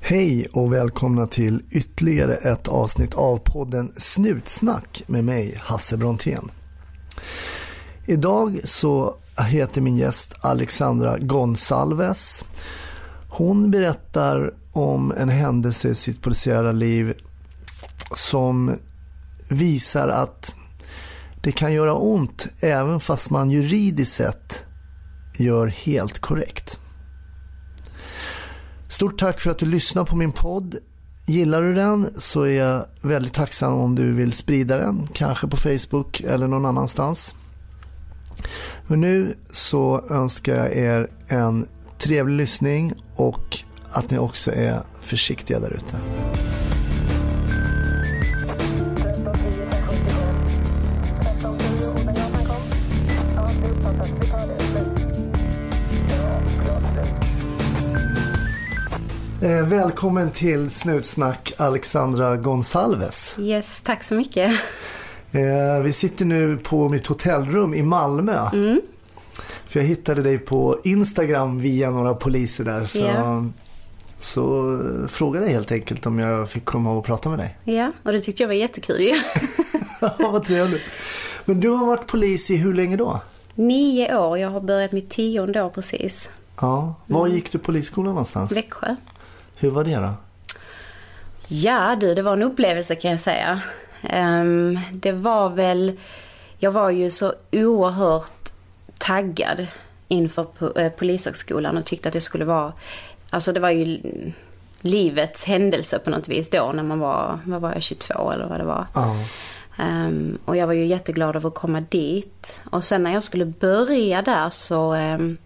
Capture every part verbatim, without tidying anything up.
Hej och välkomna till ytterligare ett avsnitt av podden Snutsnack med mig, Hasse Brontén. Idag så heter min gäst Alexandra Gonsalves. Hon berättar om en händelse i sitt polisiära liv som visar att det kan göra ont även fast man juridiskt sett gör helt korrekt. Stort tack för att du lyssnar på min podd. Gillar du den så är jag väldigt tacksam om du vill sprida den, kanske på Facebook eller någon annanstans. Men nu så önskar jag er en trevlig lyssning och att ni också är försiktiga där ute. Eh, välkommen till Snutsnack, Alexandra Gonsalves. Yes, tack så mycket. Eh, vi sitter nu på mitt hotellrum i Malmö. Mm. För jag hittade dig på Instagram via några poliser där. Så, yeah. så frågade jag helt enkelt om jag fick komma och prata med dig. Ja, och det tyckte jag var jättekul. Ja, vad trevligt. Men du har varit polis i hur länge då? Nio år, jag har börjat mitt tionde år precis. Ja, var mm. gick du polisskolan någonstans? Växjö. Hur var det då? Ja du, det var en upplevelse kan jag säga. Um, det var väl, jag var ju så oerhört taggad inför po- äh, polishögskolan och tyckte att det skulle vara, alltså det var ju livets händelse på något vis då när man var, vad var jag, tjugotvå eller vad det var. Ja. Um, och jag var ju jätteglad över att komma dit. Och sen när jag skulle börja där så um,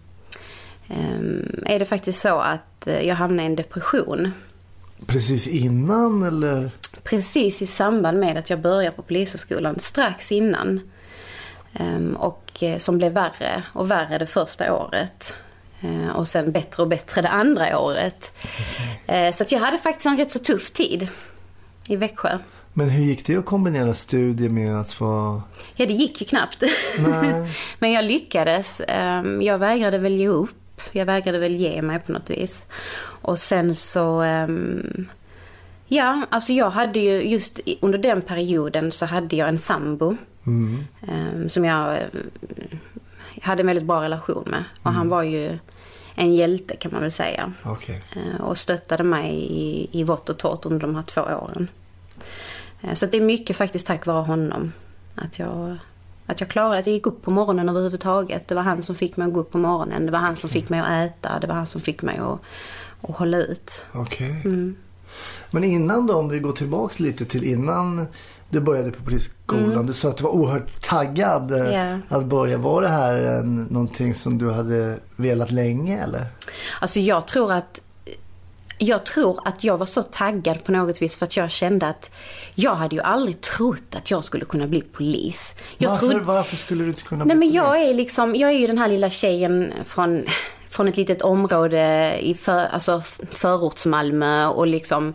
um, är det faktiskt så att jag hamnade i en depression. Precis innan eller? Precis i samband med att jag började på polishögskolan, strax innan. Um, och som blev värre och värre det första året. Uh, och sen bättre och bättre det andra året. Okay. Uh, så att jag hade faktiskt en rätt så tuff tid i Växjö. Men hur gick det att kombinera studier med att få... Ja, det gick ju knappt. Nej. Men jag lyckades. Um, jag vägrade väl ge upp. Jag vägrade väl ge mig på något vis. Och sen så... Um, ja, alltså jag hade ju just under den perioden så hade jag en sambo. Mm. Um, som jag uh, hade en väldigt bra relation med. Och mm. han var ju en hjälte kan man väl säga. Okay. Uh, och stöttade mig i, i vått och torrt under de här två åren. Uh, så det är mycket faktiskt tack vare honom. Att jag... Att jag klarade att jag gick upp på morgonen överhuvudtaget. Det var han som fick mig att gå upp på morgonen. Det var han som fick mig att äta. Det var han som fick mig att, att hålla ut. Okej. Okay. Mm. Men innan då, om vi går tillbaka lite till innan du började på polisskolan. Mm. Du sa att du var oerhört taggad yeah. att börja. Var det här en, någonting som du hade velat länge eller? Alltså jag tror att Jag tror att jag var så taggad på något vis för att jag kände att jag hade ju aldrig trott att jag skulle kunna bli polis. Jag varför, trodde... varför skulle du inte kunna Nej, bli men polis? Jag är, liksom, jag är ju den här lilla tjejen från, från ett litet område i för, alltså förortsmalmö och liksom...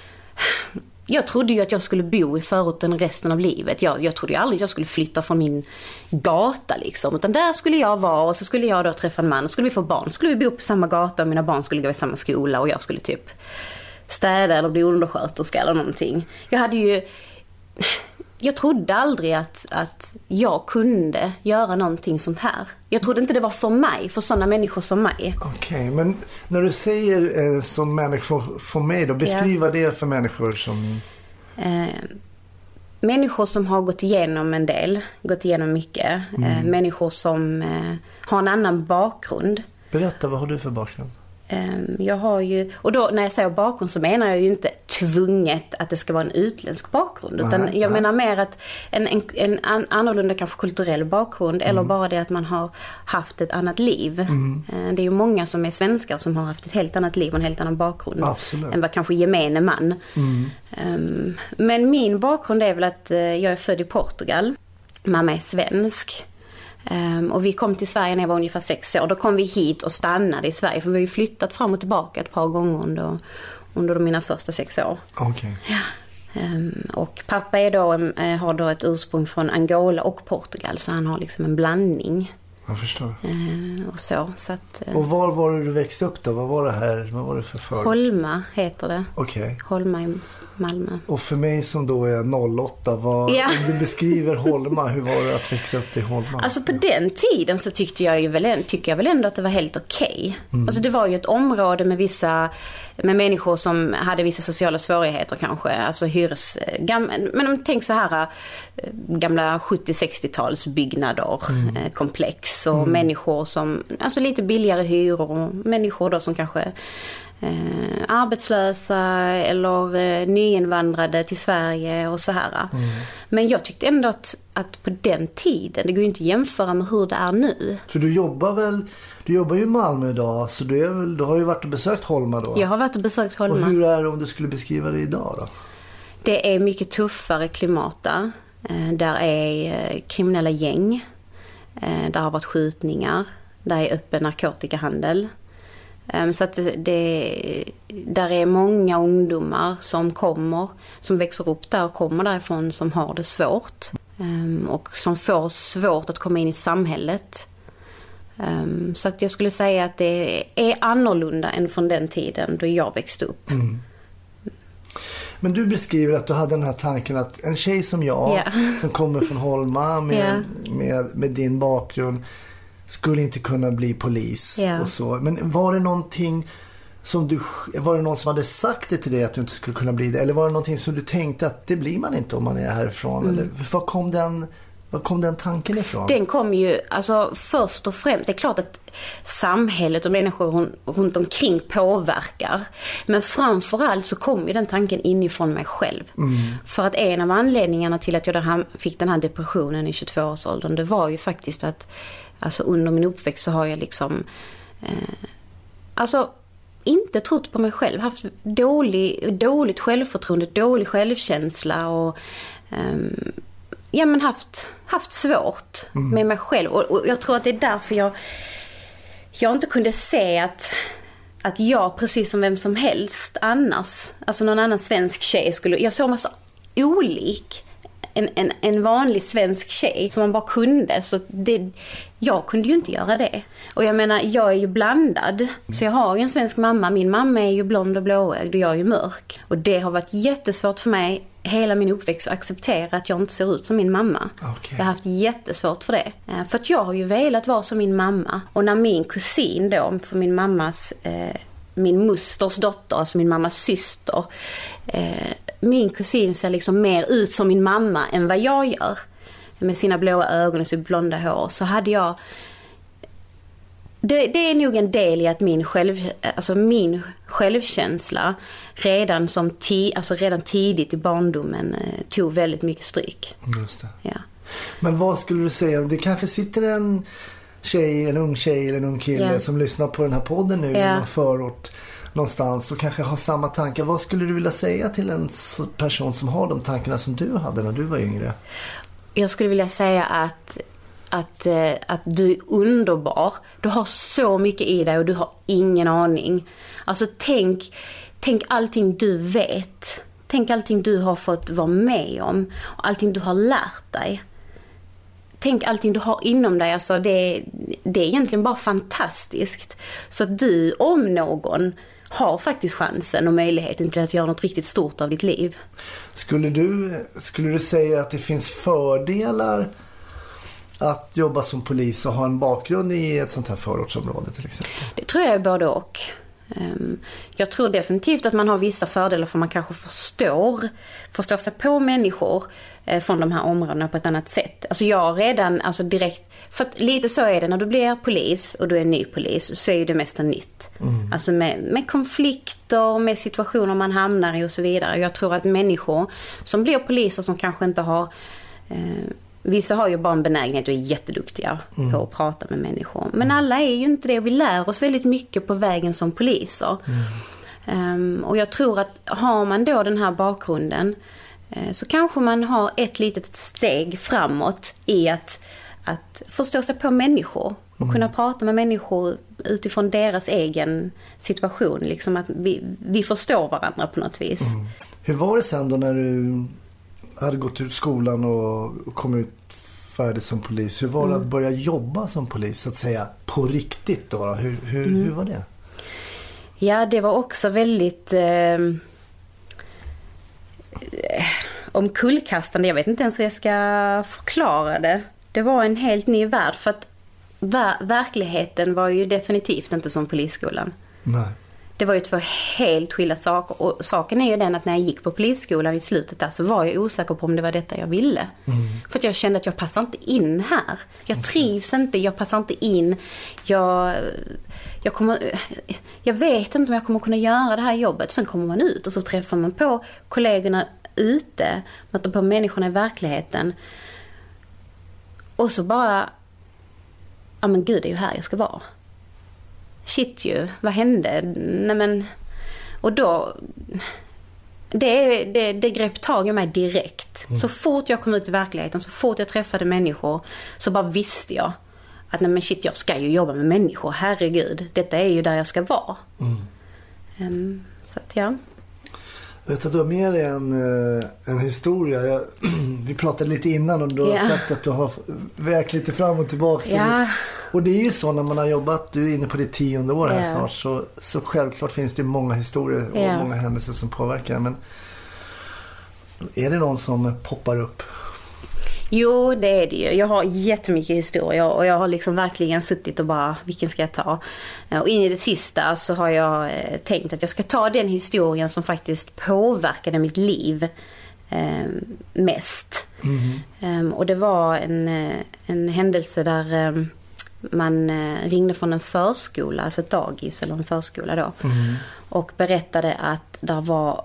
Jag trodde ju att jag skulle bo i förorten resten av livet. Jag, jag trodde ju aldrig att jag skulle flytta från min gata liksom. Utan där skulle jag vara och så skulle jag då träffa en man och skulle vi få barn. Skulle vi bo på samma gata och mina barn skulle gå i samma skola och jag skulle typ städa eller bli undersköterska eller någonting. Jag hade ju... Jag trodde aldrig att, att jag kunde göra någonting sånt här. Jag trodde inte det var för mig, för sådana människor som mig. Okej, okay, men när du säger eh, som människor för mig då, beskriva ja. det för människor som... Eh, människor som har gått igenom en del, gått igenom mycket. Mm. Eh, människor som eh, har en annan bakgrund. Berätta, vad har du för bakgrund? Jag har ju, och då när jag säger bakgrund så menar jag ju inte tvunget att det ska vara en utländsk bakgrund, utan nej, jag nej. menar mer att en, en, en annorlunda kanske kulturell bakgrund mm. eller bara det att man har haft ett annat liv. Mm. Det är ju många som är svenskar som har haft ett helt annat liv och en helt annan bakgrund. Absolut. Än vad kanske gemene man. Mm. Men min bakgrund är väl att jag är född i Portugal. Mamma är svensk. Um, och vi kom till Sverige när jag var ungefär sex år. Då kom vi hit och stannade i Sverige. För vi har ju flyttat fram och tillbaka ett par gånger under, under mina första sex år. Okay. Ja. Um, och pappa är då, um, har då ett ursprung från Angola och Portugal. Så han har liksom en blandning. Jag förstår. Eh, och så, så att, eh, och var var du växte upp då? Vad var det här? Vad var det för förort? Holma heter det. Okej. Okay. Holma i Malmö. Och för mig som då är noll åtta, vad, ja. om du beskriver Holma, hur var det att växa upp i Holma? Alltså på den tiden så tyckte jag ju väl, tycker jag väl ändå att det var helt okej. Okay. Mm. Alltså det var ju ett område med vissa, med människor som hade vissa sociala svårigheter kanske. Alltså hyres, gam, men om tänk så här gamla sjuttio-sextio-tals byggnader, mm. eh, komplex och mm. människor som, alltså lite billigare hyror och människor då som kanske Eh, arbetslösa eller eh, nyinvandrade till Sverige och så här. Mm. Men jag tyckte ändå att, att på den tiden, det går ju inte att jämföra med hur det är nu. För du jobbar väl, du jobbar ju i Malmö idag, så du, är väl, du har ju varit och besökt Holma då. Jag har varit och besökt Holma. Och hur är det om du skulle beskriva det idag då? Det är mycket tuffare klimat där. Eh, där är eh, kriminella gäng. Eh, där har varit skjutningar. Där är öppen narkotikahandel. Så att det, där är många ungdomar som kommer, som växer upp där och kommer därifrån som har det svårt. Och som får svårt att komma in i samhället. Så att jag skulle säga att det är annorlunda än från den tiden då jag växte upp. Mm. Men du beskriver att du hade den här tanken att en tjej som jag, yeah. som kommer från Holma med, yeah. med, med din bakgrund, skulle inte kunna bli polis yeah. och så. Men var det någonting som du, var det någon som hade sagt det till dig att du inte skulle kunna bli det? Eller var det någonting som du tänkte att det blir man inte om man är härifrån? Mm. Eller var kom den, var kom den tanken ifrån? Den kom ju, alltså först och främst, det är klart att samhället och människor runt omkring påverkar. Men framförallt så kom ju den tanken inifrån mig själv. Mm. För att en av anledningarna till att jag fick den här depressionen i tjugotvåårsåldern, det var ju faktiskt att alltså under min uppväxt så har jag liksom eh, alltså inte trott på mig själv, haft dålig, dåligt självförtroende, dålig självkänsla och eh, ja men haft, haft svårt mm. med mig själv och, och jag tror att det är därför jag jag inte kunde se att att jag precis som vem som helst annars, alltså någon annan svensk tjej skulle, jag såg mig så olik En, en, en vanlig svensk tjej som man bara kunde. Så det, jag kunde ju inte göra det. Och jag menar, jag är ju blandad. Så jag har ju en svensk mamma. Min mamma är ju blond och blåögd och jag är ju mörk. Och det har varit jättesvårt för mig hela min uppväxt att acceptera att jag inte ser ut som min mamma. Okay. Jag har haft jättesvårt för det. För att jag har ju velat vara som min mamma. Och när min kusin då, för min mammas... Eh, min musters dotter, alltså min mammas syster, eh, min kusin ser liksom mer ut som min mamma än vad jag gör med sina blåa ögon och sitt blonda hår, så hade jag det, det är nog en del i att min själv, alltså min självkänsla redan som ti, alltså redan tidigt i barndomen eh, tog väldigt mycket stryk. Just det. Ja. Men vad skulle du säga, det kanske sitter en tjej, en ung tjej eller en ung kille yeah. som lyssnar på den här podden nu yeah. i någon förort någonstans och kanske har samma tankar. Vad skulle du vilja säga till en person som har de tankarna som du hade när du var yngre? Jag skulle vilja säga att att, att du är underbar. Du har så mycket i dig och du har ingen aning. Alltså tänk, tänk allting du vet. Tänk allting du har fått vara med om och allting du har lärt dig. Tänk allting du har inom dig, alltså det, det är egentligen bara fantastiskt. Så att du, om någon, har faktiskt chansen och möjligheten till att göra något riktigt stort av ditt liv. Skulle du, skulle du säga att det finns fördelar att jobba som polis och ha en bakgrund i ett sånt här förortsområde till exempel? Det tror jag är både och. Jag tror definitivt att man har vissa fördelar för man kanske förstår, förstår sig på människor från de här områdena på ett annat sätt. Alltså jag redan, alltså direkt, för att lite så är det när du blir polis och du är ny polis så är ju det mesta nytt. Mm. Alltså med, med konflikter, med situationer man hamnar i och så vidare. Jag tror att människor som blir poliser som kanske inte har... Eh, Vissa har ju bara en benägenhet och är jätteduktiga mm. på att prata med människor. Men alla är ju inte det och vi lär oss väldigt mycket på vägen som poliser. Mm. Um, och jag tror att har man då den här bakgrunden uh, så kanske man har ett litet steg framåt i att, att förstå sig på människor. Och mm. kunna prata med människor utifrån deras egen situation. Liksom att vi, vi förstår varandra på något vis. Mm. Hur var det sen då när du hade gått ut skolan och kom ut färdig som polis. Hur var det mm. att börja jobba som polis, så att säga, på riktigt då? Hur, hur, mm. hur var det? Ja, det var också väldigt eh, omkullkastande. Jag vet inte ens hur jag ska förklara det. Det var en helt ny värld, för att ver- verkligheten var ju definitivt inte som polisskolan. Nej. Det var ju två helt skilda saker. Och saken är ju den att när jag gick på polisskolan i slutet där, så var jag osäker på om det var detta jag ville. Mm. För att jag kände att jag passar inte in här. Jag trivs inte, jag passar inte in. Jag, jag, kommer, jag vet inte om jag kommer kunna göra det här jobbet. Sen kommer man ut och så träffar man på kollegorna ute. Möter på människorna i verkligheten. Och så bara, ja men gud, det är ju här jag ska vara. Shit ju, vad hände? Nej men, och då det, det, det grepp tag i mig direkt. Mm. Så fort jag kom ut i verkligheten, så fort jag träffade människor, så bara visste jag att nej men shit, jag ska ju jobba med människor, herregud, detta är ju där jag ska vara. Mm. Um, så att ja. Jag vet att du har med dig en, en historia. Jag, vi pratade lite innan och du har yeah. sagt att du har vägt lite fram och tillbaka. Yeah. Och det är ju så när man har jobbat, du är inne på ditt tionde år här yeah. snart, så, så självklart finns det många historier och yeah. många händelser som påverkar. Men är det någon som poppar upp? Jo, det är det ju. Jag har jättemycket historia och jag har liksom verkligen suttit och bara, vilken ska jag ta? Och in i det sista så har jag tänkt att jag ska ta den historien som faktiskt påverkade mitt liv eh, mest. Mm. Um, och det var en, en händelse där um, man uh, ringde från en förskola, alltså ett dagis eller en förskola då. Mm. Och berättade att där var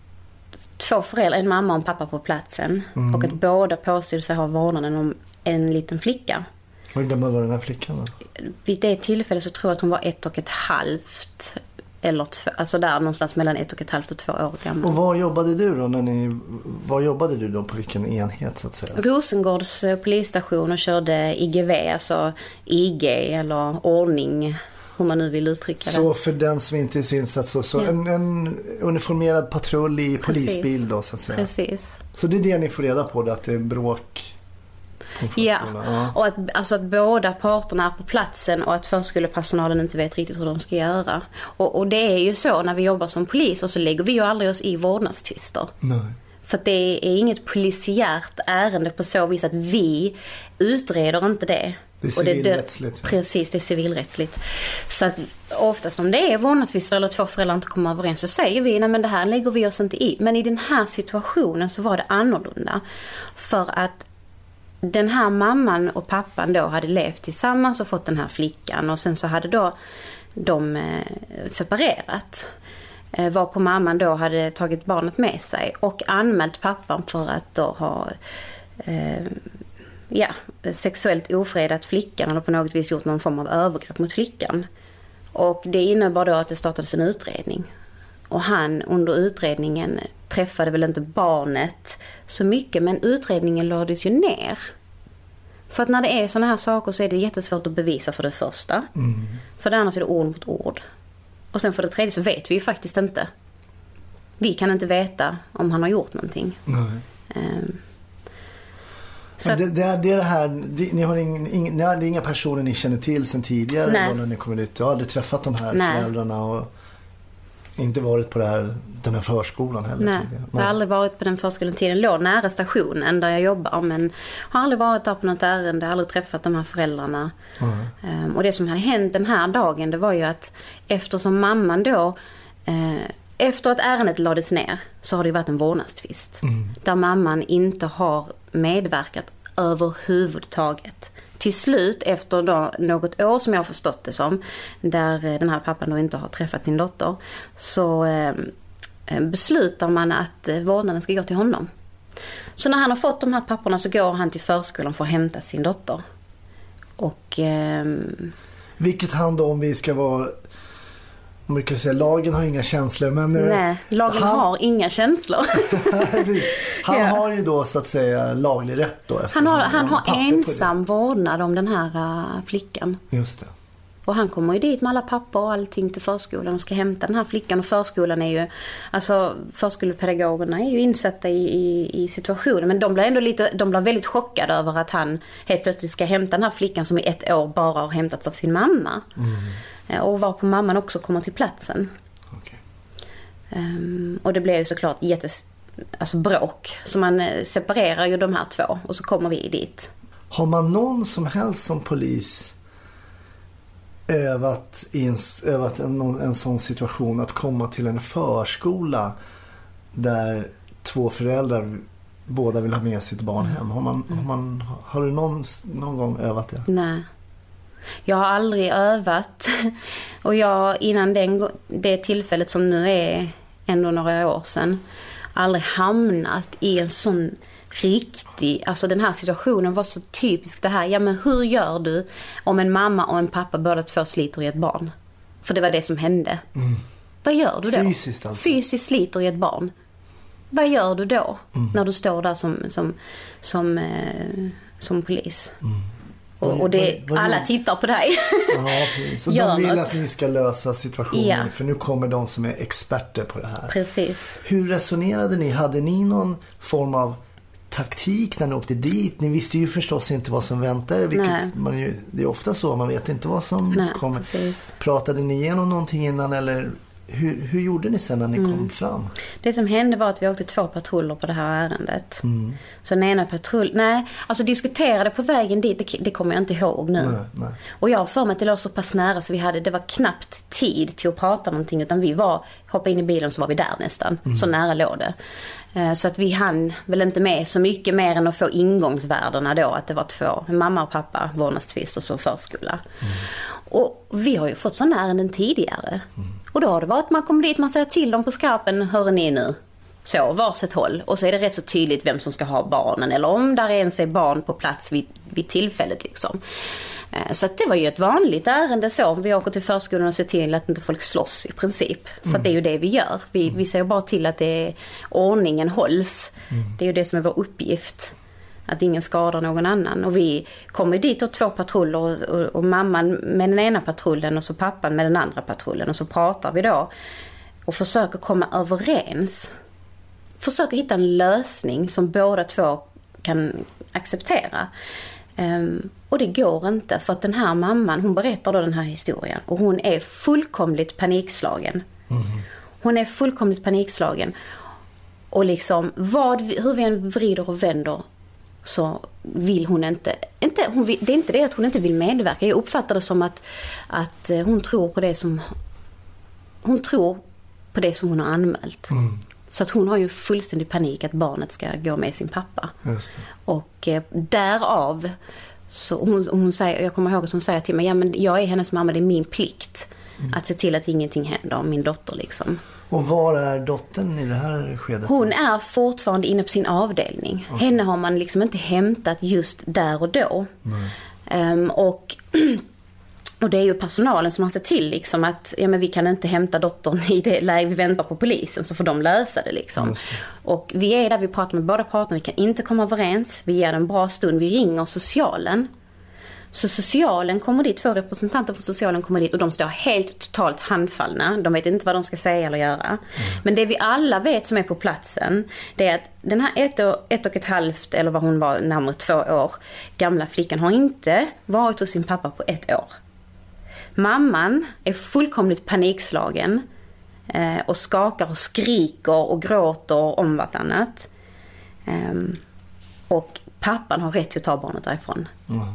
två föräldrar, en mamma och en pappa på platsen. Mm. Och att båda påstod sig ha vårdnaden om en liten flicka. Hur gammal var den här flickan då? Vid det tillfället så tror jag att hon var ett och ett halvt. Eller två, alltså där någonstans mellan ett och ett halvt och två år gammal. Och var jobbade du då? När ni, var jobbade du då på vilken enhet så att säga? Rosengårds polisstation och körde I G V, alltså I G eller ordning, hur man nu vill uttrycka det. Så för den som inte är synsatt så, så ja. en, en uniformerad patrull i polisbil då så att säga. Precis. Så det är det ni får reda på, det, att det är bråk på ja. ja, och att, alltså att båda parterna är på platsen och att förskolepersonalen inte vet riktigt hur de ska göra. Och, och det är ju så när vi jobbar som polis, och så lägger vi ju aldrig oss i vårdnadstvister. Nej. För att det är inget polisiärt ärende på så vis att vi utreder inte det. Det är civilrättsligt. Ja. Precis, det är civilrättsligt. Så att oftast om det är vårdnadstvister eller två föräldrar inte kommer överens, så säger vi, nej men det här lägger vi oss inte i. Men i den här situationen så var det annorlunda. För att den här mamman och pappan då hade levt tillsammans och fått den här flickan. Och sen så hade då de eh, separerat. Eh, var på mamman då hade tagit barnet med sig och anmält pappan för att då ha eh, ja, sexuellt ofredat flickan eller på något vis gjort någon form av övergrepp mot flickan. Och det innebar då att det startades en utredning. Och han under utredningen träffade väl inte barnet så mycket, men utredningen lades ju ner. För att när det är såna här saker så är det jättesvårt att bevisa för det första. Mm. För det andra så är det ord mot ord. Och sen för det tredje så vet vi ju faktiskt inte. Vi kan inte veta om han har gjort någonting. Nej. Um, så det, det, är, det är det här, det, ni har ing, ing, det är inga personer ni känner till sedan tidigare nej. När ni kommer ut. Jag hade träffat de här nej. föräldrarna och inte varit på det här, den här förskolan heller. Nej, tidigare. Jag har aldrig varit på den förskolan tiden. Låg nära stationen där jag jobbar, men har aldrig varit där på något ärende, aldrig träffat de här föräldrarna. Mm. Um, och det som hade hänt den här dagen, det var ju att eftersom mamman då uh, efter att ärendet lades ner så har det varit en vårdnadstvist. Mm. Där mamman inte har medverkat överhuvudtaget. Till slut, efter då något år som jag har förstått det som, där den här pappan då inte har träffat sin dotter, så eh, beslutar man att eh, vårdnaden ska gå till honom. Så när han har fått de här papporna så går han till förskolan för att hämta sin dotter. Och... Eh, Vilket han då, om vi ska vara... Om vi kan säga, lagen har inga känslor, men... Nej, lagen han, har inga känslor. han ja. har ju då så att säga laglig rätt då. Han har, han har ensam vårdnad om den här uh, flickan. Just det. Och han kommer ju dit med alla papper och allting till förskolan och ska hämta den här flickan. Och förskolan är ju, alltså förskolepedagogerna är ju insatta i, i, i situationen. Men de blir ändå lite, de blir väldigt chockade över att han helt plötsligt ska hämta den här flickan som i ett år bara har hämtats av sin mamma. Mm. Och varpå mamman också kommer till platsen. Okay. Um, och det blir ju såklart jättes, alltså bråk. Så man separerar ju de här två och så kommer vi dit. Har man någon som helst som polis övat, in, övat en, en sån situation att komma till en förskola där två föräldrar båda vill ha med sitt barn hem? Har, man, har, man, har du någon, någon gång övat det? Nej. Jag har aldrig övat. Och jag innan den, det tillfället som nu är ändå några år sedan aldrig hamnat i en sån riktig, alltså den här situationen var så typisk det här, ja men hur gör du om en mamma och en pappa båda två sliter i ett barn? För det var det som hände. Mm. Vad gör du då? Fysiskt alltså. Fysiskt sliter i ett barn. Vad gör du då mm. när du står där som, som, som, eh, som polis? Mm. Och, och det, vad, vad alla gör? Tittar på dig. Ja, precis. Och de vill något. Att ni ska lösa situationen. Ja. För nu kommer de som är experter på det här. Precis. Hur resonerade ni? Hade ni någon form av taktik när ni åkte dit? Ni visste ju förstås inte vad som väntade. Vilket man ju, det är ofta så, man vet inte vad som Nej, kommer. Precis. Pratade ni igenom någonting innan eller hur, hur gjorde ni sen när ni mm. kom fram? Det som hände var att vi åkte två patruller på det här ärendet. Mm. Så den ena patrull, nej, alltså diskuterade på vägen dit, det, det kommer jag inte ihåg nu. Nej, nej. Och jag för mig att det låg så pass nära så vi hade, det var knappt tid till att prata någonting utan vi var, hoppade in i bilen så var vi där nästan. Mm. Så nära låg det. Så att vi hann väl inte med så mycket mer än att få ingångsvärdena då. Att det var två, mamma och pappa, vårdnadstvist och så förskola. Mm. Och vi har ju fått sådana ärenden tidigare. Mm. Och då har det varit att man kommer dit, man säger till dem på skarpen, hör ni nu? Så, varsitt håll. Och så är det rätt så tydligt vem som ska ha barnen. Eller om där ens är barn på plats vid, vid tillfället liksom. Så att det var ju ett vanligt ärende så. Vi åker till förskolan och ser till att inte folk slåss i princip. För mm. att det är ju det vi gör. Vi, vi ser bara till att det är, ordningen hålls. Mm. Det är ju det som är vår uppgift. Att ingen skadar någon annan. Och vi kommer dit och två patruller och, och, och mamman med den ena patrullen och så pappan med den andra patrullen. Och så pratar vi då och försöker komma överens. Försöker hitta en lösning som båda två kan acceptera. Um, och det går inte för att den här mamman, hon berättar då den här historien och hon är fullkomligt panikslagen. Mm. Hon är fullkomligt panikslagen och liksom vad, hur vi än vrider och vänder så vill hon inte, inte hon vill, det är inte det att hon inte vill medverka. Jag uppfattar det som att, att hon tror på det som hon tror på det som hon har anmält. Mm. Så att hon har ju fullständig panik att barnet ska gå med sin pappa. Just det. Och eh, därav så hon, hon säger, jag kommer ihåg att hon säger till mig, ja men jag är hennes mamma, det är min plikt mm. att se till att ingenting händer om min dotter liksom. Och var är dottern i det här skedet? Hon är fortfarande inne på sin avdelning. Okay. Henne har man liksom inte hämtat just där och då. Um, och Och det är ju personalen som har sett till liksom att ja, men vi kan inte hämta dottern i det läge vi väntar på polisen så får de lösa det liksom. Det. Och vi är där, vi pratar med båda parterna, vi kan inte komma överens, vi ger en bra stund, vi ringer socialen. Så socialen kommer dit, två representanter för socialen kommer dit och de står helt totalt handfallna. De vet inte vad de ska säga eller göra. Mm. Men det vi alla vet som är på platsen, det är att den här ett och, ett och ett halvt, eller vad hon var, närmare två år gamla flickan har inte varit hos sin pappa på ett år. Mamman är fullkomligt panikslagen eh, och skakar och skriker och gråter om vartannat. Um, och pappan har rätt att ta barnet därifrån. Mm.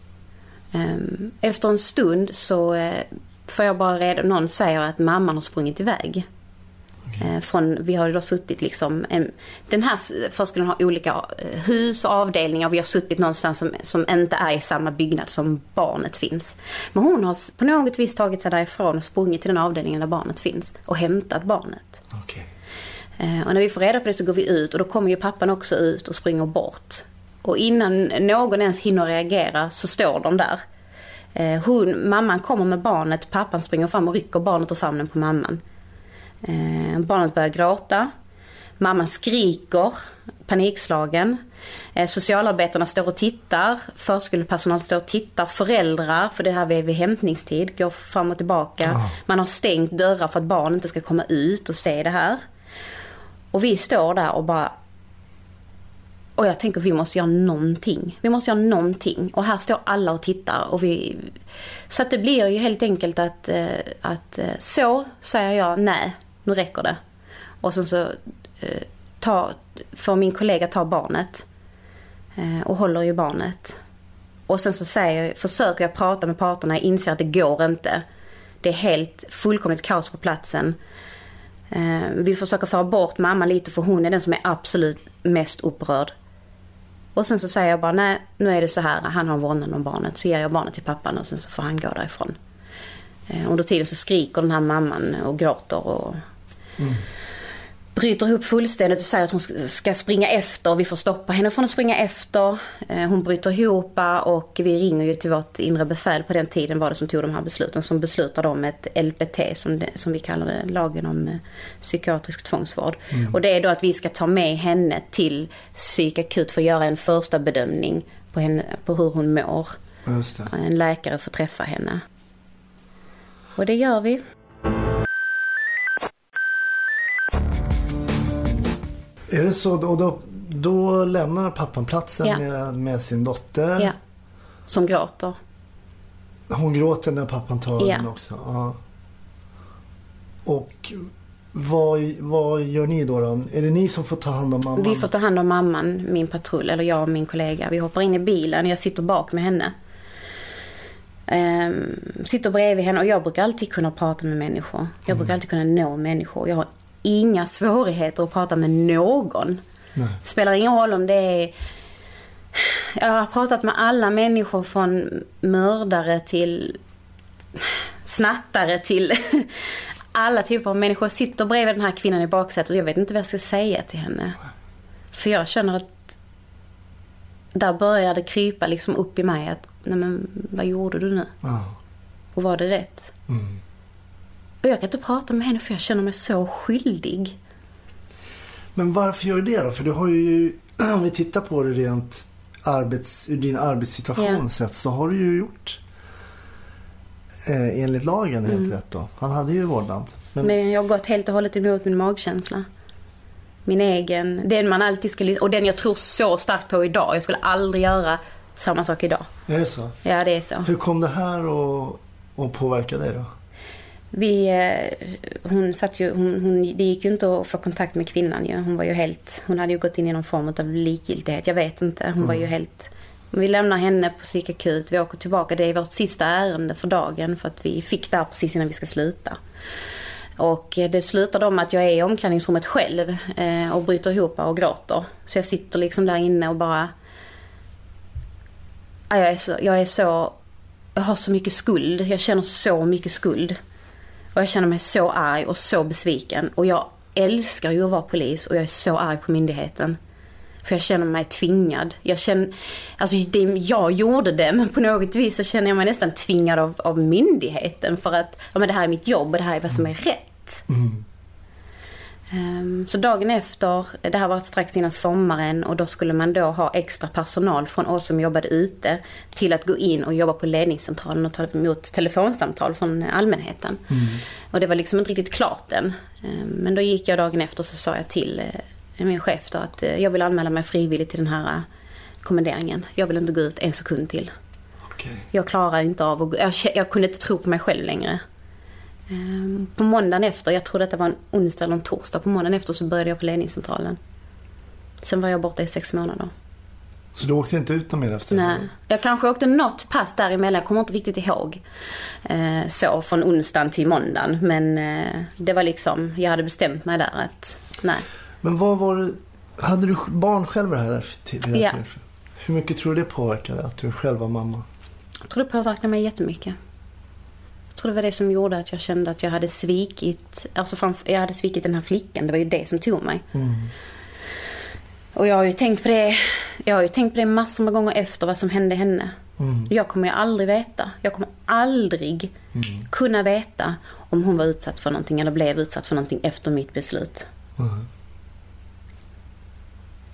Um, efter en stund så uh, får jag bara reda, någon säger att mamman har sprungit iväg. Okay. Uh, från, vi har ju då suttit liksom, um, den här förskolan har olika uh, hus och avdelningar. Vi har suttit någonstans som, som inte är i samma byggnad som barnet finns. Men hon har på något vis tagit sig därifrån och sprungit till den avdelningen där barnet finns och hämtat barnet. Okay. Uh, och när vi får reda på det så går vi ut och då kommer ju pappan också ut och springer bort. Och innan någon ens hinner reagera så står de där. Eh, hon, mamman kommer med barnet, pappan springer fram och rycker barnet ur famnen på mamman. Eh, barnet börjar gråta. Mamman skriker. panikslagen. Eh, socialarbetarna står och tittar, förskolepersonal står och tittar, föräldrar, för det här är vid hämtningstid, går fram och tillbaka. Oh. Man har stängt dörrar för att barn inte ska komma ut och se det här. Och vi står där och bara... Och jag tänker, vi måste göra någonting. Vi måste göra någonting. Och här står alla och tittar. Och vi... Så att det blir ju helt enkelt att, att så säger jag, nej, nu räcker det. Och sen så ta, får min kollega ta barnet. Och håller ju barnet. Och sen så säger, försöker jag prata med parterna. Jag inser att det går inte. Det är helt fullkomligt kaos på platsen. Vi försöker föra bort mamma lite, för hon är den som är absolut mest upprörd. Och sen så säger jag bara, nej, nu är det så här, han har vårdnaden om barnet, så ger jag barnet till pappan och sen så får han gå därifrån. Eh, under tiden så skriker den här mamman och gråter och mm. bryter ihop fullständigt och säger att hon ska springa efter. Vi får stoppa henne från att springa efter. Eh, hon bryter ihop och vi ringer ju till vårt inre befäl. På den tiden var det som tog de här besluten, som beslutade om ett L P T, som, det, som vi kallar det, lagen om eh, psykiatrisk tvångsvård. Mm. Och det är då att vi ska ta med henne till psykakut för att göra en första bedömning på, henne, på hur hon mår. Just det. En läkare får träffa henne. Och det gör vi. Är det så? Och då, då lämnar pappan platsen ja. med, med sin dotter? Ja, som gråter. Hon gråter när pappan tar ja. den också? Ja. Och vad, vad gör ni då, då? Är det ni som får ta hand om mamman? Vi får ta hand om mamman, min patrull, eller jag och min kollega. Vi hoppar in i bilen, jag sitter bak med henne. Um, sitter bredvid henne och jag brukar alltid kunna prata med människor. Jag mm. brukar alltid kunna nå människor. Jag har inga svårigheter att prata med någon. Nej. Spelar ingen roll om det är... Jag har pratat med alla människor, från mördare till snattare till alla typer av människor. Jag sitter bredvid den här kvinnan i baksätet och jag vet inte vad jag ska säga till henne. För jag känner att där börjar det krypa liksom upp i mig att, nej men vad gjorde du nu? Oh. Och var det rätt? Mm. Och jag kan inte prata med henne för jag känner mig så skyldig. Men varför gör du det då? För du har ju, om vi tittar på det rent arbets, ur din arbetssituation yeah. sett, så har du ju gjort eh, enligt lagen helt mm. rätt då. Han hade ju vårdnad. Men... Men jag har gått helt och hållet emot min magkänsla. Min egen, den man alltid ska, och den jag tror så starkt på idag. Jag skulle aldrig göra samma sak idag. Är det så? Ja, det är så. Hur kom det här att, att påverka dig då? Vi, hon satt ju, hon, hon, det gick ju inte att få kontakt med kvinnan ju. Hon var ju helt, hon hade ju gått in i någon form av likgiltighet. Jag vet inte, hon mm. var ju helt... Vi lämnar henne på psykakut, vi åker tillbaka. Det är vårt sista ärende för dagen, för att vi fick där precis innan vi ska sluta. Och det slutar med att jag är i omklädningsrummet själv eh, och bryter ihop och gråter. Så jag sitter liksom där inne och bara... Ja, jag är så... Jag är så jag har så mycket skuld. Jag känner så mycket skuld. Och jag känner mig så arg och så besviken. Och jag älskar ju att vara polis och jag är så arg på myndigheten. För jag känner mig tvingad. Jag känner, alltså det, jag gjorde det, men på något vis så känner jag mig nästan tvingad av, av myndigheten. För att ja, men det här är mitt jobb och det här är vad som är rätt. Mm. Um, så dagen efter, det här var strax innan sommaren, och då skulle man då ha extra personal från oss som jobbade ute till att gå in och jobba på ledningscentralen och ta emot telefonsamtal från allmänheten. Mm. Och det var liksom inte riktigt klart än. Um, men då gick jag dagen efter och så sa jag till uh, min chef då att uh, jag vill anmäla mig frivilligt till den här uh, kommenderingen. Jag vill inte gå ut en sekund till. Okay. Jag klarar inte av att gå. Jag, jag kunde inte tro på mig själv längre. På måndagen efter, jag tror att det var en onsdag eller en torsdag, på måndagen efter så började jag på ledningscentralen. Sen var jag borta i sex månader. Så du åkte inte ut någon mer efter? Nej, jag kanske åkte något pass däremellan, jag kommer inte riktigt ihåg. eh, Så, från onsdagen till måndagen. Men eh, det var liksom, jag hade bestämt mig där att, nej. Men vad var det, hade du barn själv här till? Ja. Hur mycket tror du det påverkade att du själv var mamma? Jag tror det påverkade mig jättemycket. Jag tror det var det som gjorde att jag kände att jag hade svikit, alltså framför, jag hade svikit den här flickan. Det var ju det som tog mig. Mm. Och jag har ju tänkt på det, jag har ju tänkt på det massor med gånger efter vad som hände henne. Mm. Jag kommer ju aldrig veta. Jag kommer aldrig mm. kunna veta om hon var utsatt för någonting eller blev utsatt för någonting efter mitt beslut. Mm.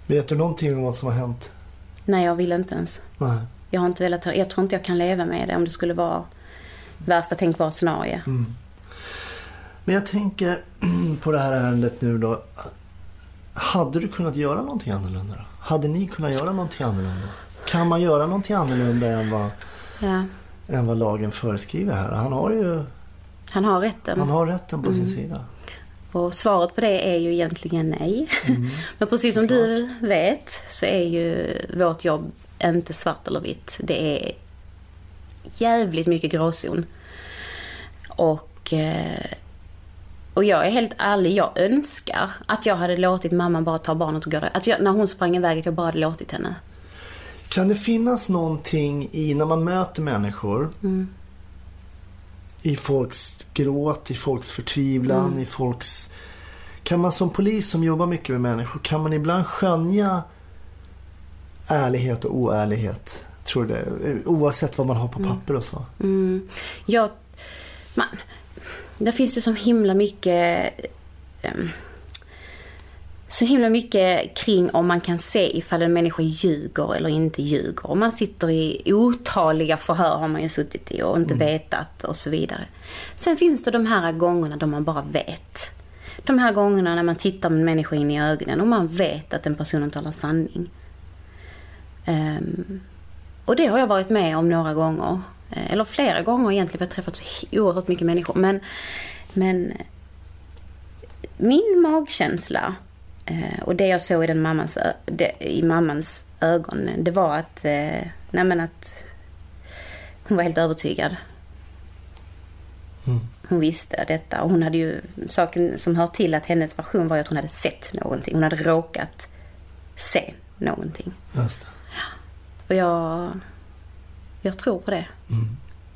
Vet du någonting om vad som har hänt? Nej, jag vill inte ens. Nej. Jag har inte velat ta, jag tror inte jag kan leva med det om det skulle vara värsta tänkbara scenario. Mm. Men jag tänker på det här ärendet nu då. Hade du kunnat göra någonting annorlunda då? Hade ni kunnat göra någonting annorlunda? Kan man göra någonting annorlunda än vad, ja. än vad lagen föreskriver här? Han har ju... Han har rätten. Han har rätten på mm. sin sida. Och svaret på det är ju egentligen nej. Mm. Men precis som Såklart. du vet så är ju vårt jobb inte svart eller vitt. Det är jävligt mycket gråzon. Och, och jag är helt ärlig, jag önskar att jag hade låtit mamma bara ta barnet och gå där. Att jag, när hon sprang iväg att jag bara hade låtit henne. Kan det finnas någonting i när man möter människor mm. i folks gråt, i folks förtvivlan, mm. i folks... Kan man som polis som jobbar mycket med människor, kan man ibland skönja ärlighet och oärlighet, tror du det? Oavsett vad man har på papper och så. Mm. Ja, man, det finns ju så himla mycket... Um, så himla mycket kring om man kan se ifall en människa ljuger eller inte ljuger. Och man sitter i otaliga förhör har man ju suttit i och inte mm. vetat och så vidare. Sen finns det de här gångerna då man bara vet. De här gångerna när man tittar med en människa in i ögonen och man vet att den personen talar sanning. Um, och det har jag varit med om några gånger. Eller flera gånger egentligen, för jag har träffat så oerhört mycket människor. Men, men min magkänsla och det jag såg i, den mammans, det, i mammans ögon, det var att, nej men att hon var helt övertygad. Mm. Hon visste detta. Och hon hade ju, saken som hör till att hennes version var att hon hade sett någonting. Hon hade råkat se någonting. Just det. Ja. Och jag, jag tror på det. Mm.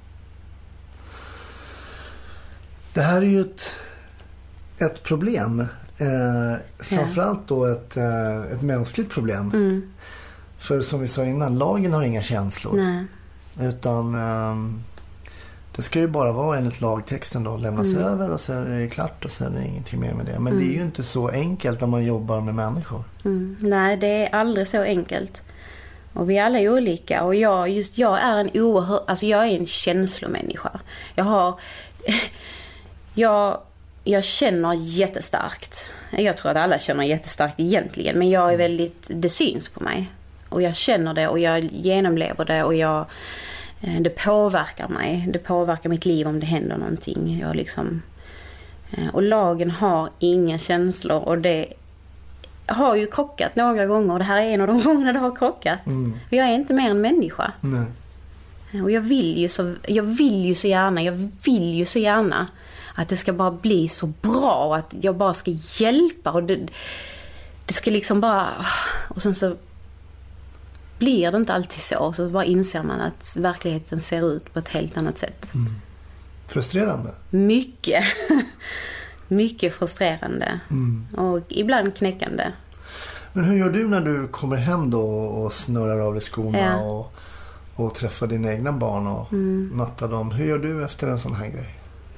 Det här är ju ett, ett problem. Eh, framförallt då ett, eh, ett mänskligt problem. Mm. För som vi sa innan, lagen har inga känslor. Nej. Utan eh, det ska ju bara vara enligt lagtexten då, lämnas mm. över och så är det klart och så är det ingenting mer med det. Men mm. det är ju inte så enkelt när man jobbar med människor. Mm. Nej, det är aldrig så enkelt. Och vi alla är olika. Och jag, just jag är en oerhört, alltså jag är en känslomänniska. Jag har, jag, jag känner jättestarkt. Jag tror att alla känner jättestarkt egentligen. Men jag är väldigt, det syns på mig. Och jag känner det och jag genomlever det och jag, det påverkar mig. Det påverkar mitt liv om det händer någonting. Jag liksom, och lagen har inga känslor och det har ju krockat några gånger. Och det här är en av de gångerna det har krockat. Mm. Jag är inte mer en människa. Nej. Och jag vill ju så, jag vill ju så gärna, jag vill ju så gärna att det ska bara bli så bra och att jag bara ska hjälpa och det, det ska liksom bara, och sen så blir det inte alltid så, så bara inser man att verkligheten ser ut på ett helt annat sätt. Mm. Frustrerande. Mycket. Mycket frustrerande. Mm. Och ibland knäckande. Men hur gör du när du kommer hem då och snurrar av dig skorna ja. och, och träffar dina egna barn och mm. nattar dem? Hur gör du efter en sån här grej?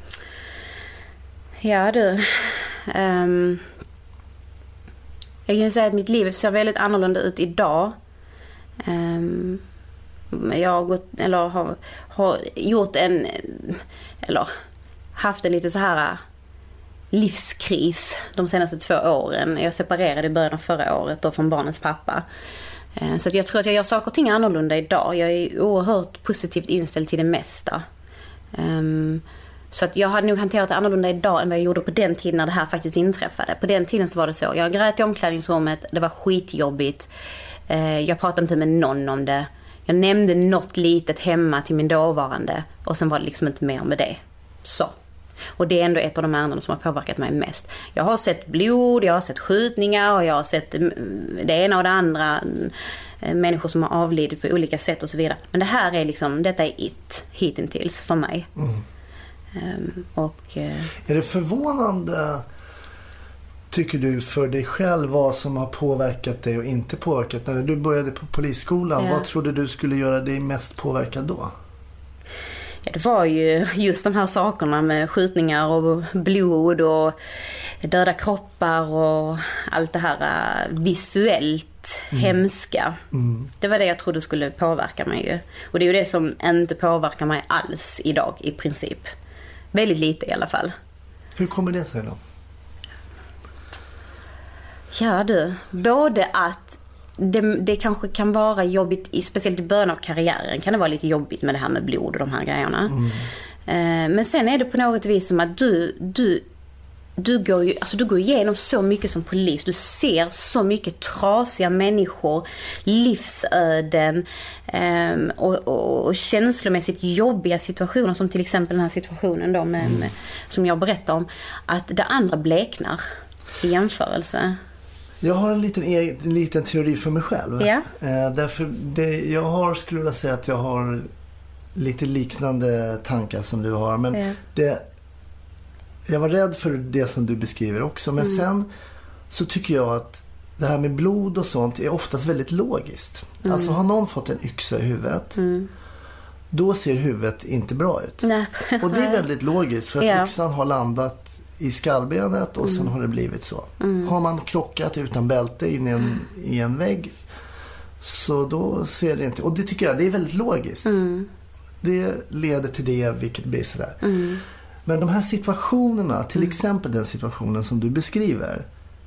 Ja du. Um, jag kan säga att mitt liv ser väldigt annorlunda ut idag. Um, jag har gått, eller har, har gjort en, eller haft en lite så här livskris de senaste två åren. Jag separerade i början av förra året då från barnens pappa. Så att jag tror att jag gör saker och ting annorlunda idag. Jag är oerhört positivt inställd till det mesta. Så att jag hade nog hanterat det annorlunda idag än vad jag gjorde på den tiden när det här faktiskt inträffade. På den tiden så var det så. Jag grät i omklädningsrummet. Det var skitjobbigt. Jag pratade inte med någon om det. Jag nämnde något litet hemma till min dåvarande. Och sen var det liksom inte mer med det. Så. Och det är ändå ett av de ärendena som har påverkat mig mest. Jag har sett blod, jag har sett skjutningar och jag har sett det ena och det andra. Människor som har avlidit på olika sätt och så vidare. Men det här är liksom, detta är it hittills för mig. Mm. Um, och, uh, är det förvånande, tycker du, för dig själv vad som har påverkat dig och inte påverkat? När du började på polisskolan, ja. Vad trodde du skulle göra dig mest påverkad då? Ja, det var ju just de här sakerna med skjutningar och blod och döda kroppar och allt det här uh, visuellt mm. hemska. Mm. Det var det jag trodde skulle påverka mig ju. Och det är ju det som inte påverkar mig alls idag i princip. Väldigt lite i alla fall. Hur kommer det sig då? Ja du, både att det, det kanske kan vara jobbigt, i, speciellt i början av karriären kan det vara lite jobbigt med det här med blod och de här grejerna. Mm. Eh, men sen är det på något vis som att du, du, du, går ju, alltså du går igenom så mycket som polis. Du ser så mycket trasiga människor, livsöden eh, och, och, och känslomässigt jobbiga situationer, som till exempel den här situationen då med, mm. med, som jag berättar om, att det andra bleknar i jämförelse. Jag har en liten, en liten teori för mig själv. Ja. Eh, därför det, jag har, skulle vilja säga att jag har lite liknande tankar som du har. Men ja. det, jag var rädd för det som du beskriver också. Men mm. sen så tycker jag att det här med blod och sånt är oftast väldigt logiskt. Mm. Alltså har någon fått en yxa i huvudet, mm. då ser huvudet inte bra ut. Nej. Och det är väldigt logiskt för att ja. yxan har landat i skallbenet och mm. sen har det blivit så. Mm. Har man krockat utan bälte in i en, i en vägg, så då ser det inte. Och det tycker jag, det är väldigt logiskt. Mm. Det leder till det, vilket blir sådär. Mm. Men de här situationerna, till mm. exempel den situationen som du beskriver,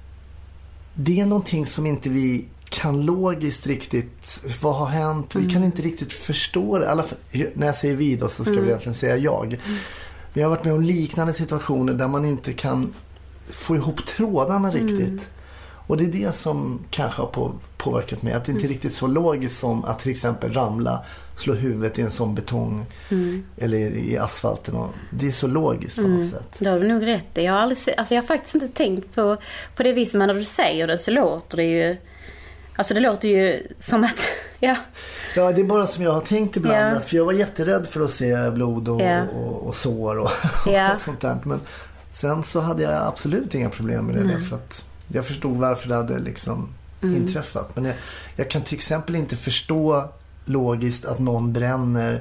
det är någonting som inte vi kan logiskt riktigt, vad har hänt? Mm. Vi kan inte riktigt förstå det. Alla, när jag säger vi då så ska mm. vi egentligen säga jag. Mm. Vi har varit med om liknande situationer där man inte kan få ihop trådarna riktigt. Mm. Och det är det som kanske har på, påverkat mig. Att det inte är mm. riktigt så logiskt som att till exempel ramla, slå huvudet i en sån betong mm. eller i asfalten. Och det är så logiskt på något mm. sätt. Det har du nog rätt. Jag har, aldrig, alltså jag har faktiskt inte tänkt på, på det viset, men när du säger det så låter det ju... Alltså det låter ju som att... Ja, ja det är bara som jag har tänkt ibland. Ja. För jag var jätterädd för att se blod och, ja. och, och sår och, ja. och sånt där. Men sen så hade jag absolut inga problem med det. Mm. För att jag förstod varför det hade liksom mm. inträffat. Men jag, jag kan till exempel inte förstå logiskt att någon bränner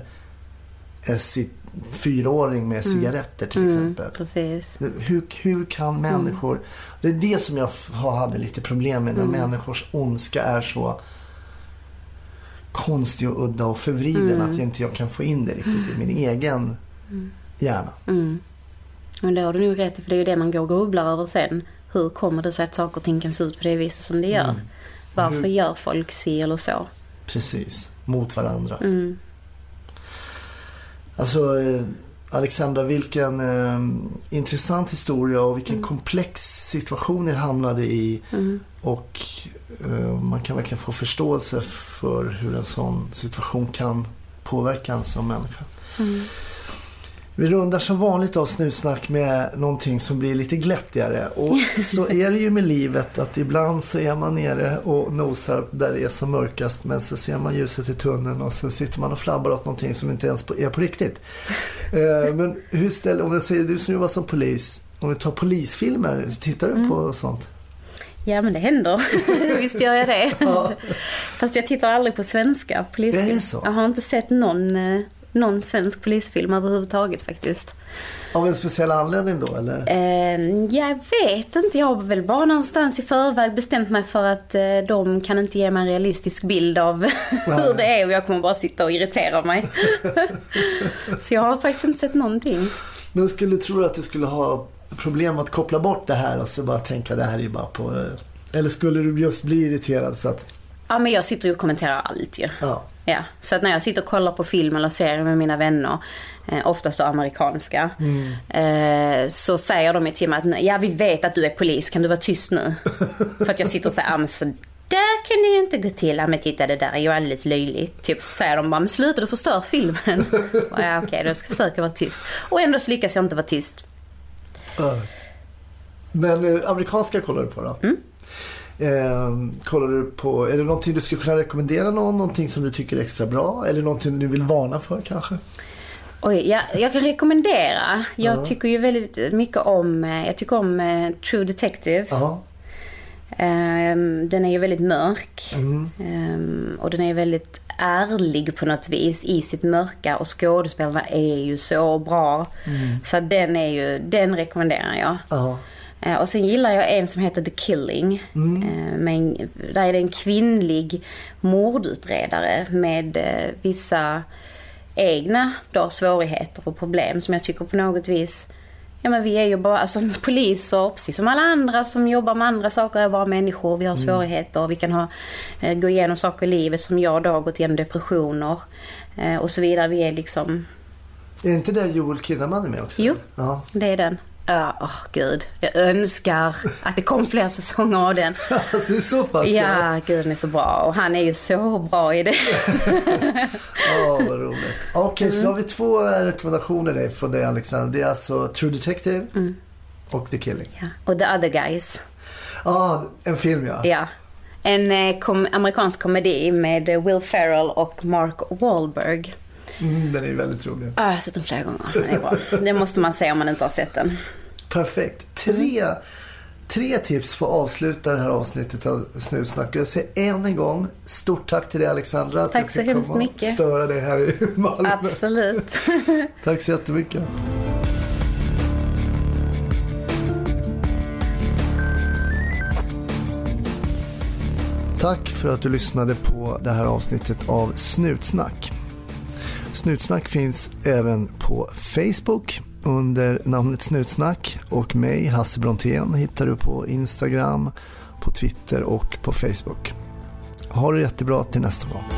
sitt fyraåring med cigaretter till mm. exempel. Precis. Hur, hur kan människor... Mm. Det är det som jag hade lite problem med, när mm. människors ondska är så konstig och udda och förvriden mm. att jag inte jag kan få in det riktigt i min egen mm. hjärna. Mm. Men det har du nog rätt i, för det är ju det man går och grubblar över sen. Hur kommer det sig att saker och ting kan se ut på det viset som det gör? Mm. Varför hur... gör folk si eller så? Precis, mot varandra. Mm. Alltså, Alexandra, vilken eh, intressant historia och vilken mm. komplex situation ni hamnade i. Mm. Och eh, man kan verkligen få förståelse för hur en sån situation kan påverka en som människa. Mm. Vi rundar som vanligt av Snutsnack med någonting som blir lite glättigare. Och så är det ju med livet att ibland så är man nere och nosar där det är som mörkast, men så ser man ljuset i tunneln och så sitter man och flabbar åt någonting som inte ens är på riktigt. eh, men hur ställer, om jag säger du som jobbar som polis, om vi tar polisfilmer, tittar du mm. på sånt? Ja, men det händer. Visst gör jag det. Ja. Fast jag tittar aldrig på svenska polisfilmer. Är det så? Jag har inte sett någon... Eh... någon svensk polisfilm överhuvudtaget faktiskt. Av en speciell anledning då, eller? Eh, jag vet inte. Jag har väl bara någonstans i förväg bestämt mig för att eh, de kan inte ge mig en realistisk bild av hur det är, och jag kommer bara sitta och irritera mig. Så jag har faktiskt inte sett någonting. Men skulle du tro att du skulle ha problem att koppla bort det här och så bara tänka det här är bara på... Eller skulle du just bli irriterad för att... Ja, men jag sitter ju och kommenterar allt ju. Ja. Ja, så att när jag sitter och kollar på film eller serier med mina vänner, eh, oftast då amerikanska, mm. eh, så säger de till mig att ja, vi vet att du är polis, kan du vara tyst nu? För att jag sitter och säger, ah, men så där kan det ju inte gå till. Ja, men titta, det där är ju alldeles löjligt. Typ så säger de bara, men sluta, du förstör filmen. Och ja, okej, okay, då ska jag försöka vara tyst. Och ändå så lyckas jag inte vara tyst. Uh. Men eh, amerikanska kollar du på då? Mm. Eh, kollar du på, är det någonting du skulle kunna rekommendera någon, någonting som du tycker är extra bra, eller någonting du vill varna för kanske? Oj, jag, jag kan rekommendera. Jag uh-huh. tycker ju väldigt mycket om, jag tycker om uh, True Detective. Uh-huh. Um, den är ju väldigt mörk. Mm. Um, och den är väldigt ärlig på något vis i sitt mörka, och skådespelarna är ju så bra. Mm. Så den är ju, den rekommenderar jag. Uh-huh. Eh, och sen gillar jag en som heter The Killing. Mm. Eh, men där är det en kvinnlig mordutredare med eh, vissa egna då, svårigheter och problem som jag tycker på något vis, ja men vi är ju bara alltså, poliser, precis som alla andra som jobbar med andra saker, är bara människor, vi har svårigheter, mm. vi kan ha, eh, gå igenom saker i livet som jag då har gått igenom depressioner eh, och så vidare, vi är liksom... Är inte det Joel Kinnaman är med också? Jo, ja. Det är den. Ja, åh oh, gud. Jag önskar att det kom fler säsonger av den. Alltså, det är så pass. Ja, gud, den är så bra. Och han är ju så bra i det. Ja, oh, vad roligt. Okej, okay, mm. så har vi två rekommendationer från dig, Alexandra. Det är alltså True Detective mm. och The Killing. Ja. Och The Other Guys. Ja, ah, en film, ja. Ja. En eh, kom- amerikansk komedi med Will Ferrell och Mark Wahlberg. Mm, den är väldigt rolig. Ja, jag har sett den flera gånger. Den är bra. Det måste man se om man inte har sett den. Perfekt. Tre, tre tips för att avsluta det här avsnittet av Snutsnack. Jag säger än en gång, stort tack till dig, Alexandra. Tack så hemskt mycket. Störa dig här i Malmö. Absolut. Tack så jättemycket. Tack för att du lyssnade på det här avsnittet av Snutsnack. Snutsnack finns även på Facebook under namnet Snutsnack, och mig, Hasse Brontén, hittar du på Instagram, på Twitter och på Facebook. Ha det jättebra till nästa gång.